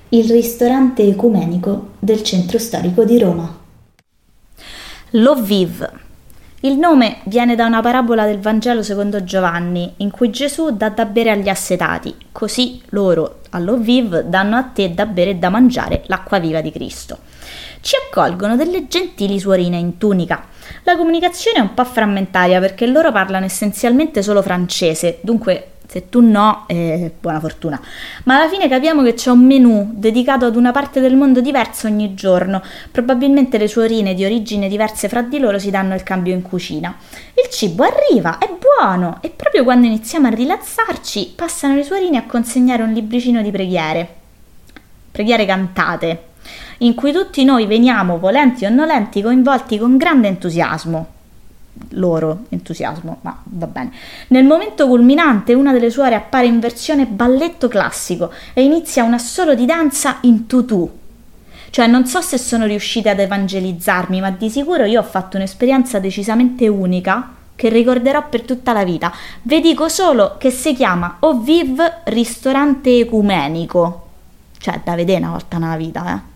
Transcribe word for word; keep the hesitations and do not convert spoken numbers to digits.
Il ristorante ecumenico del centro storico di Roma. L'Eau Vive. Il nome viene da una parabola del Vangelo secondo Giovanni, in cui Gesù dà da bere agli assetati, così loro, all'Eau Vive, danno a te da bere e da mangiare l'acqua viva di Cristo. Ci accolgono delle gentili suorine in tunica. La comunicazione è un po' frammentaria perché loro parlano essenzialmente solo francese, dunque se tu no, eh, buona fortuna. Ma alla fine capiamo che c'è un menù dedicato ad una parte del mondo diversa ogni giorno. Probabilmente le suorine di origine diverse fra di loro si danno il cambio in cucina. Il cibo arriva, è buono, e proprio quando iniziamo a rilassarci passano le suorine a consegnare un libricino di preghiere. Preghiere cantate, in cui tutti noi veniamo, volenti o nolenti, coinvolti con grande entusiasmo. Loro entusiasmo, ma va bene. Nel momento culminante una delle suore appare in versione balletto classico e inizia un assolo di danza in tutù. Cioè non so se sono riuscite ad evangelizzarmi, ma di sicuro io ho fatto un'esperienza decisamente unica che ricorderò per tutta la vita. Vi dico solo che si chiama Eau Vive ristorante ecumenico, cioè da vedere una volta nella vita, eh